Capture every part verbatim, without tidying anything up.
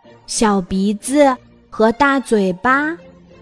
小鼻子和大嘴巴。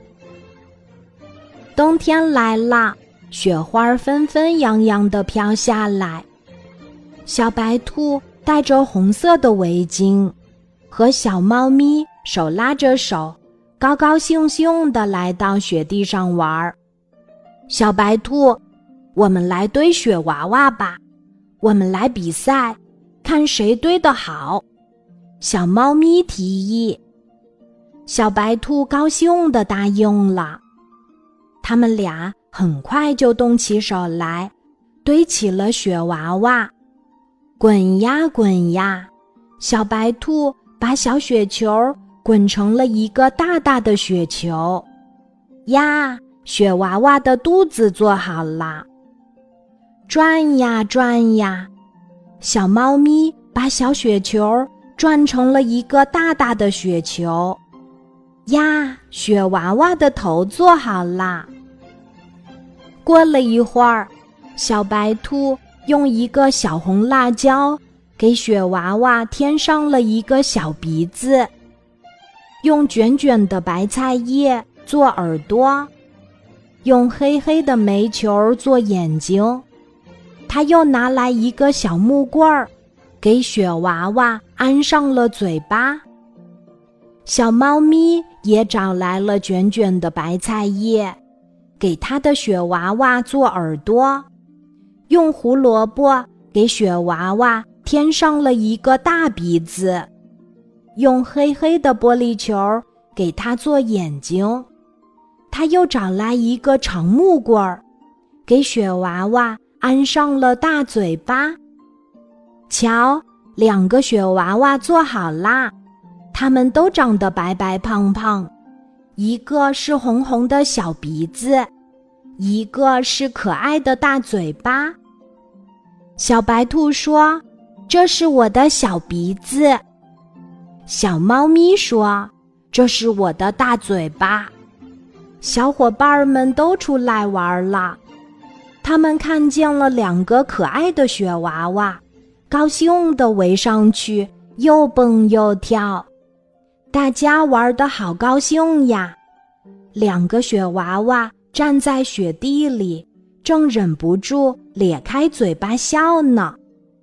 冬天来了，雪花纷纷扬扬地飘下来。小白兔戴着红色的围巾，和小猫咪手拉着手，高高兴兴地来到雪地上玩。小白兔，我们来堆雪娃娃吧，我们来比赛，看谁堆得好。小猫咪提议。小白兔高兴地答应了。他们俩很快就动起手来，堆起了雪娃娃。滚呀滚呀，小白兔把小雪球滚成了一个大大的雪球。呀，雪娃娃的肚子做好了。转呀转呀，小猫咪把小雪球转成了一个大大的雪球。呀，雪娃娃的头做好啦。过了一会儿，小白兔用一个小红辣椒给雪娃娃添上了一个小鼻子，用卷卷的白菜叶做耳朵，用黑黑的煤球做眼睛。他又拿来一个小木棍儿，给雪娃娃安上了嘴巴。小猫咪也找来了卷卷的白菜叶，给它的雪娃娃做耳朵，用胡萝卜给雪娃娃添上了一个大鼻子，用黑黑的玻璃球给它做眼睛。他又找来一个长木棍儿，给雪娃娃安上了大嘴巴。瞧，两个雪娃娃做好啦，它们都长得白白胖胖，一个是红红的小鼻子，一个是可爱的大嘴巴。小白兔说：“这是我的小鼻子。”小猫咪说：“这是我的大嘴巴。”小伙伴们都出来玩了，他们看见了两个可爱的雪娃娃，高兴地围上去，又蹦又跳。大家玩得好高兴呀！两个雪娃娃站在雪地里，正忍不住咧开嘴巴笑呢。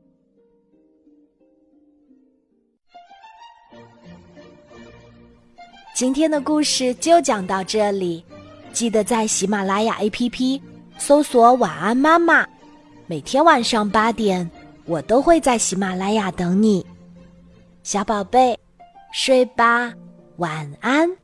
今天的故事就讲到这里，记得在喜马拉雅 A P P 搜索晚安妈妈，每天晚上八点，我都会在喜马拉雅等你。小宝贝，睡吧，晚安。